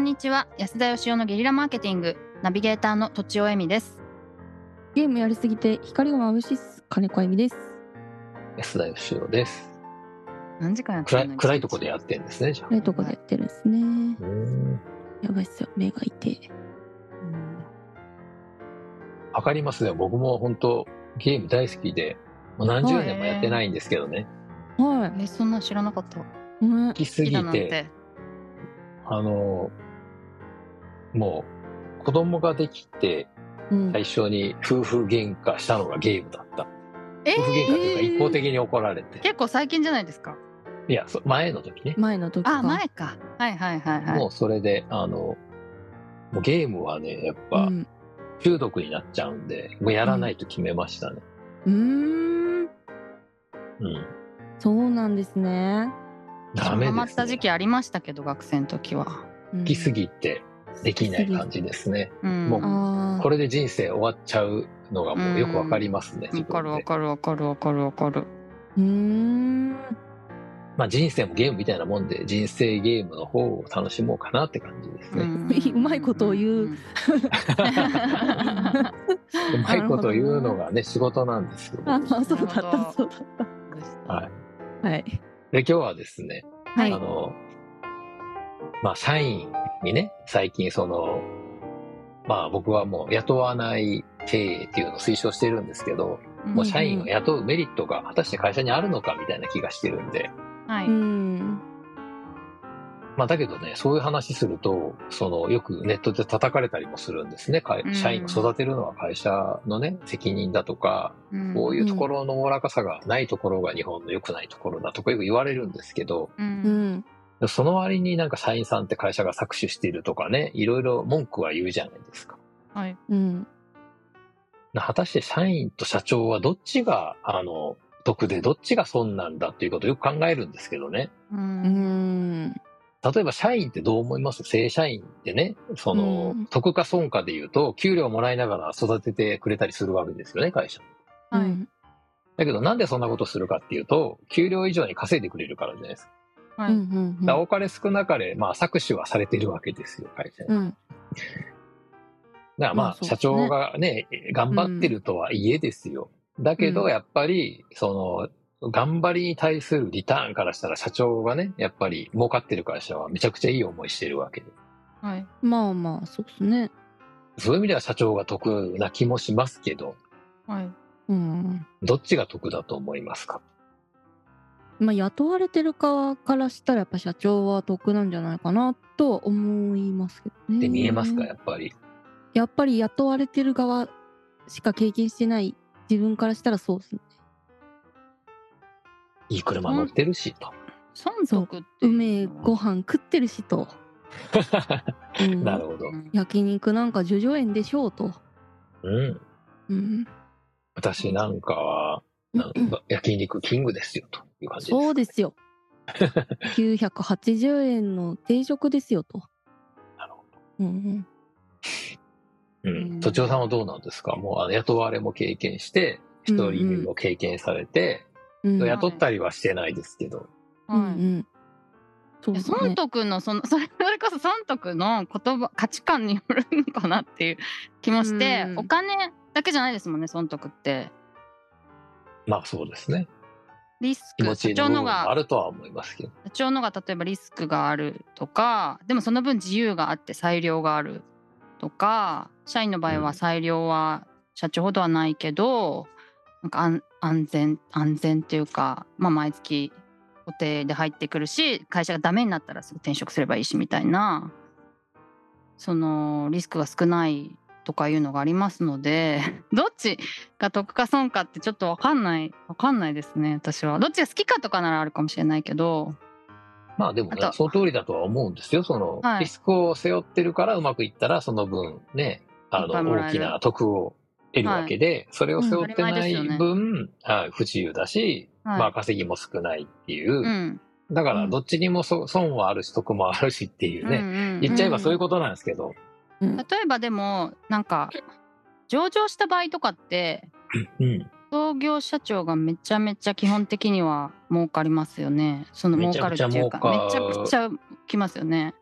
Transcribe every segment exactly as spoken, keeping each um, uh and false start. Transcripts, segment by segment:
にちは。安田義雄のゲリラマーケティングナビゲーターのとちおえみです。 ゲームやりすぎて光が眩しいっす。金子あゆみです。 安田義雄です。 何時間やってるの？ 暗い、暗いとこでやってるんですね。じゃあ暗いとこでやってるんですね。 うーんやばいっすよ、目が痛い。 わかりますね。僕も本当ゲーム大好きでもう何十年もやってないんですけどね。 はえそんな知らなかった。 い。ね好きすぎ好きだなんてて。 あのもう子供ができてうん。 最初に夫婦喧嘩したのがゲームだった。 え夫婦喧嘩というかえー一方的に怒られて、 結構最近じゃないですか。 いやそ前の時ね。 前の時か。 あ、前か。はいはいはいはい。 もうそれであのもうゲームはねやっぱうん。 中毒になっちゃうんで、もうやらないと決めましたね。 うーん。 うん。 そうなんですね。 ダメですね。 ハマった時期ありましたけど、学生の時は。 好好きすぎてできない感じですね。 うん。 もうあこれで人生終わっちゃうのがもうよくわかりますね。 わかるわる。 かるわかるわかるわかる。 うーん。 まあ人生もゲームみたいなもんで、人生ゲームの方を楽しもうかなって感じですね。 うまいことを言う。 うまいこと言うのがね仕事なんですよ。 ああ、そうだった、 なるほどそうだっはい。 た。はい。 で今日はですね、 はい。 あのまあ社員にね最近そのまあ僕はもう雇わない経営っていうのを推奨してるんですけど、もう社員を雇うメリットが果たして会社にあるのかみたいな気がしてるんで、 はい。 うん。 まあだけどね、そういう話すると、そのよくネットで叩かれたりもするんですね。会社員を育てるのは会社のね、責任だとか、こういうところのおおらかさがないところが日本の良くないところだとかよく言われるんですけど、 う。 うんん。 その割になんか社員さんって会社が搾取しているとかね、いろいろ文句は言うじゃないですか。 はい。 うん。 果たして社員と社長はどっちが、あの、得でどっちが損なんだっていうことをよく考えるんですけどね。 う。 うんん。 例えば社員ってどう思います？正社員ってね、その、 うん得か損かで言うと、給料もらいながら育ててくれたりするわけですよね、会社。 はい。 うんだけどなんでそんなことするかっていうと、給料以上に稼いでくれるからじゃないですか。 はい。 うんうんだから多かれ少なかれ、まあ搾取はされてるわけですよ、会社に。 うん。 だからまあ、 まあそうですね社長がね、頑張ってるとはいえですよ。だけうんどやっぱり、その、頑張りに対するリターンからしたら社長がね、やっぱり儲かってる会社はめちゃくちゃいい思いしてるわけで。 はい。 まあまあ、そうですね。 そういう意味では社長が得な気もしますけど、 はい。 うん。 どっちが得だと思いますか？ まあ、雇われてる側からしたらやっぱ社長は得なんじゃないかなとは思いますけどね。 って見えますか、やっぱり。 やっぱり雇われてる側しか経験してない自分からしたらそうですね。 いい車乗ってるし、と。 損得ってういうのは。 めえご飯食ってるしと、うんなるほど。 うん焼肉なんか叙々苑でしょうと、 うん。 うん、 私なんかは、なんか焼肉キングですよ、という感じです。 そうですよ。きゅうひゃくはちじゅうえんの定食ですよと。 なるほうんうんど。うん。都庁さんはどうなんですか？もうあの雇われも経験して、一人身も経験されて、 うん雇ったりはしてないですけど。 うんうはい。 んそうだね損得のそのそれそれこそ損得の言葉価値観によるのかなっていう気もして、 うんお金だけじゃないですもんね、損得って。 まあそうですね。 リスク、 気持ち社長のの部分もあがるとは思いますけど。 社長のが例えばリスクがあるとか、でもその分自由があって裁量があるとか、社員の場合は裁量は社長ほどはないけど、なんか安安全安全っていうか、まあ毎月固定で入ってくるし、会社がダメになったらすぐ転職すればいいしみたいな、そのリスクが少ないとかいうのがありますので、どっちが得か損かってちょっと分かんない分かんないですね、私は。どっちが好きかとかならあるかもしれないけど。 まあでもねあ、とその通りだとは思うんですよ。その、 はいリスクを背負ってるからうまくいったら、その分ね、あいっぱいの、 もらえる大きな得を得るわけで、それを背負ってないうん当たり前ですよ分、はい不自由だし、 はいまあ稼ぎも少ないっていう。 うんだからどっちにもそ損はあるし得もあるしっていうね、 うんうん言っちゃえばそういうことなんですけど。 うん例えばでもなんか上場した場合とかってうん。 創業社長がめちゃめちゃ基本的には儲かりますよね。その儲かるっていうかめちゃくちゃ儲かるめちゃくちゃきますよね。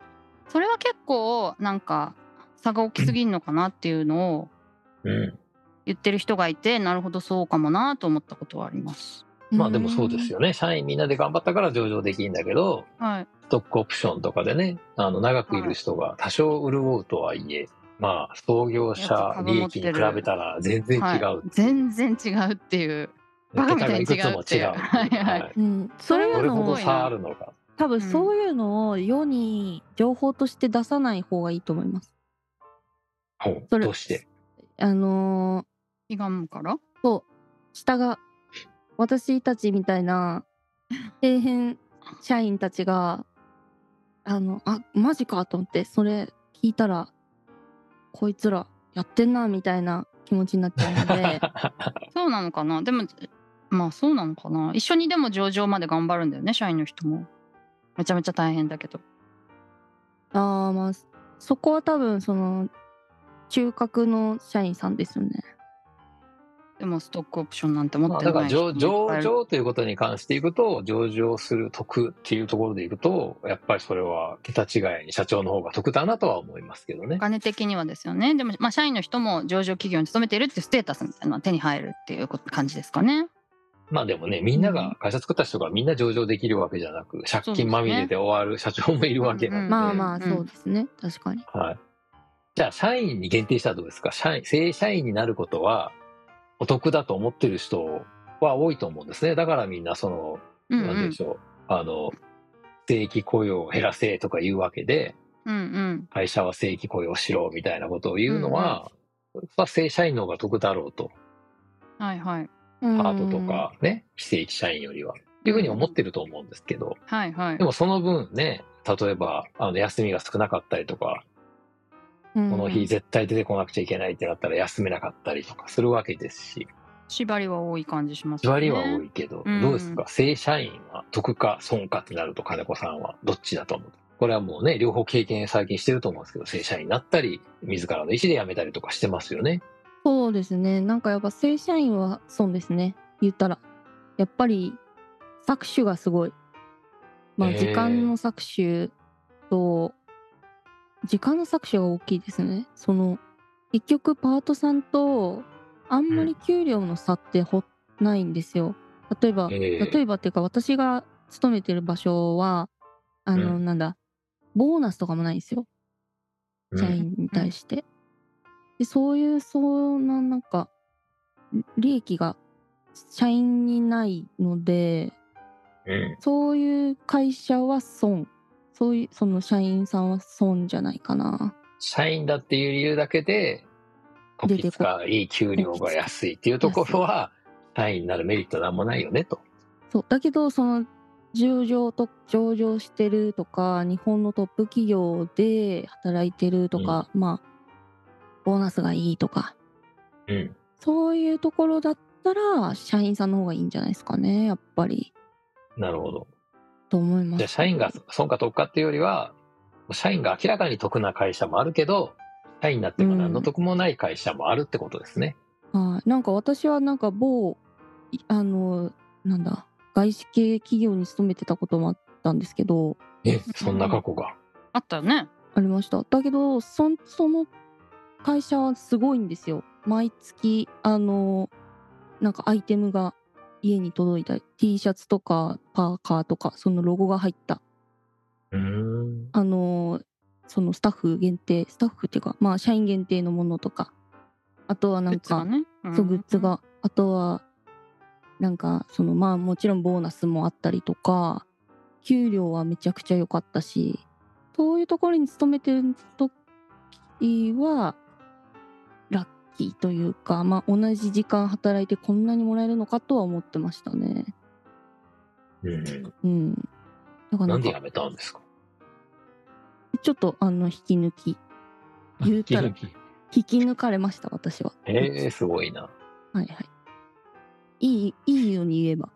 それは結構なんか差が大きすぎんのかなっていうのをうん言ってる人がいて、なるほどそうかもなと思ったことはあります。 まあでもそうですよね。社員みんなで頑張ったから上場できるんだけど、 はい、 ストックオプションとかでね、あの長くいる人が多少潤うとはいえ、まあ創業者利益に比べたら全然違う、 はい、全然違うっていう。バカみたいに違うっていう。はいはい。 うん、それどれほど差あるのか。 多分そういうのを世に情報として出さない方がいいと思います。 うん、それどうして？ あのー、悲願からそう下が私たちみたいな底辺社員たちがあのあマジかと思って、それ聞いたらこいつらやってんなみたいな気持ちになっちゃうのでそうなのかな。でもまあそうなのかな。一緒にでも上場まで頑張るんだよね、社員の人も。めちゃめちゃ大変だけど。 ああ、まあそこは多分その中核の社員さんですよね。 でもストックオプションなんて持ってない人もいっぱいいる。 だから上場ということに関していくと、上場する得っていうところでいくと、やっぱりそれは桁違いに社長の方が得だなとは思いますけどね。 お金的にはですよね。でも、まあ、社員の人も上場企業に勤めているっていうステータスみたいなのは手に入るっていう感じですかね。 まあでもね、みんなが、会社作った人がみんな上場できるわけじゃなく、借金まみれで終わる社長もいるわけなんで。 まあまあそうですね、確かに。 はい。じゃあ社員に限定したらどうですか？社員、正社員になることはお得だと思ってる人は多いと思うんですね。だからみんなその、うんうん、なんでしょう、あの、正規雇用を減らせとか言うわけで、 うんうん、 会社は正規雇用しろみたいなことを言うのは、うんうん、まあ、正社員の方が得だろうと。 はいはい。 パートとかね、非正規社員よりは。っていうふうに思ってると思うんですけど、 はいはい。 でもその分ね、例えばあの休みが少なかったりとか、この日絶対出てこなくちゃいけないってなったら休めなかったりとかするわけですし。 縛りは多い感じしますね。 縛りは多いけど、うん、どうですか？正社員は得か損かってなると金子さんはどっちだと思う？これはもうね、両方経験最近してると思うんですけど、正社員になったり、自らの意思で辞めたりとかしてますよね。 そうですね。なんかやっぱ正社員は損ですね。言ったら。やっぱり搾取がすごい。まあ時間の搾取と、時間の搾取が大きいですね。その、結局パートさんとあんまり給料の差ってほないんですよ。例えば、例えばっていうか私が勤めてる場所は、あの、うん、なんだ、ボーナスとかもないんですよ。社員に対して。でそういう、そんな、なんか、利益が社員にないので、うん、そういう会社は損。そういう、その社員さんは損じゃないかな。 社員だっていう理由だけで、こきつかいい給料が安いっていうところは、社員になるメリットなんもないよねと。 そう。だけど、その、上場と、上場してるとか、日本のトップ企業で働いてるとか、うん、まあ、ボーナスがいいとか、うん、そういうところだったら、社員さんの方がいいんじゃないですかね、やっぱり。 なるほど。 と思います。 じゃあ、社員が損か得かっていうよりは、社員が明らかに得な会社もあるけど、社員になっても何の得もない会社もあるってことですね。 うん、はい。なんか私はなんか某、あの、なんだ、外資系企業に勤めてたこともあったんですけど。 え、そんな過去が、うん、 あったよね。 ありました。だけど、そ、その会社はすごいんですよ。毎月、あの、なんかアイテムが家に届いたり、T シャツとかパーカーとか、そのロゴが入った。 うーん。 あの、そのスタッフ限定、スタッフっていうか、まあ、社員限定のものとか、あとはなんか、 グッズがね、 そう、グッズが、あとは、なんか、その、まあ、もちろんボーナスもあったりとか、給料はめちゃくちゃ良かったし、そういうところに勤めてる時は、ラッキーというか、まあ、同じ時間働いてこんなにもらえるのかとは思ってましたね。 うん。 うん。 だからなんか、なんで辞めたんですか？ ちょっと、あの、引き抜き。言うたら、引き抜かれました、私は。 えー、すごいな。 はいはい。いい、いいように言えば。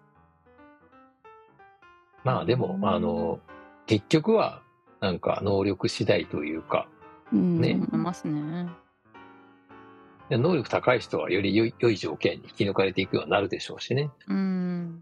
まあでも、あの、結局は、なんか能力次第というか、 うん、ね。思いますね。 能力高い人はより良い、良い条件に引き抜かれていくようになるでしょうしね。 うん。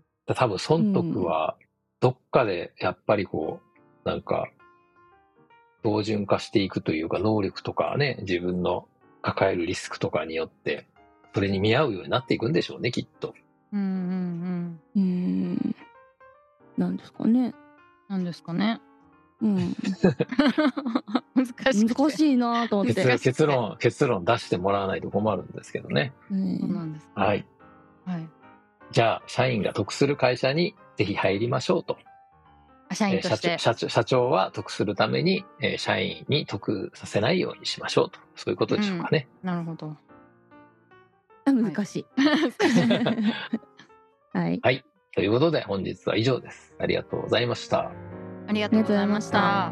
多分、損得は、どっかでやっぱりこう、なんか、 標準化していくというか、能力とかね、自分の抱えるリスクとかによって、それに見合うようになっていくんでしょうね、きっと。 うんうんうーん。なんですかね。 なんですかね。 うん。 難しくて難しいなと思って。 結結論、結論出してもらわないと困るんですけどね。 うんそうなんです。 はい。 はい。 じゃあ、社員が得する会社にぜひ入りましょうと。 あ社員として。 えー社長、社長、社長は得するために、えー社員に得させないようにしましょうと。そういうことでしょうかね。 なるほど。 あ難しい。はい。 はい。ということで、本日は以上です。ありがとうございました。 ありがとうございました。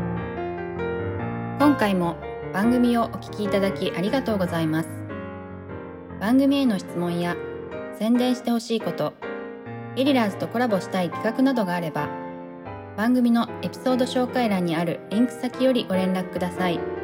今回も番組をお聞きいただきありがとうございます。番組への質問や宣伝してほしいこと、ゲリラーズとコラボしたい企画などがあれば、番組のエピソード紹介欄にあるリンク先よりご連絡ください。